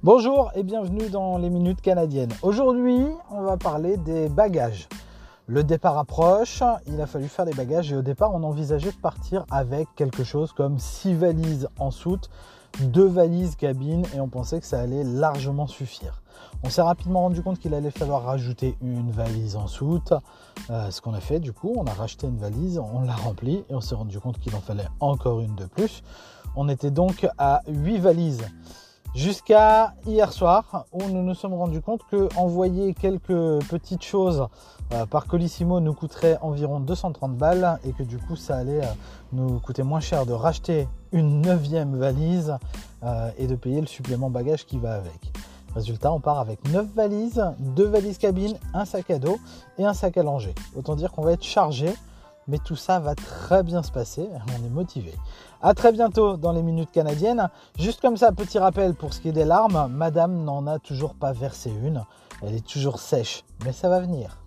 Bonjour et bienvenue dans les Minutes Canadiennes. Aujourd'hui, on va parler des bagages. Le départ approche, il a fallu faire des bagages et au départ, on envisageait de partir avec quelque chose comme 6 valises en soute, 2 valises cabine et on pensait que ça allait largement suffire. On s'est rapidement rendu compte qu'il allait falloir rajouter une valise en soute. Ce qu'on a fait du coup, on a racheté une valise, on l'a remplie et on s'est rendu compte qu'il en fallait encore une de plus. On était donc à 8 valises. Jusqu'à hier soir où nous nous sommes rendus compte qu'envoyer quelques petites choses par Colissimo nous coûterait environ 230 balles et que du coup ça allait nous coûter moins cher de racheter une 9e valise et de payer le supplément bagage qui va avec. Résultat, on part avec 9 valises, 2 valises cabine, un sac à dos et un sac à langer. Autant dire qu'on va être chargé. Mais tout ça va très bien se passer, on est motivé. À très bientôt dans les Minutes Canadiennes. Juste comme ça, petit rappel pour ce qui est des larmes, madame n'en a toujours pas versé une. Elle est toujours sèche, mais ça va venir.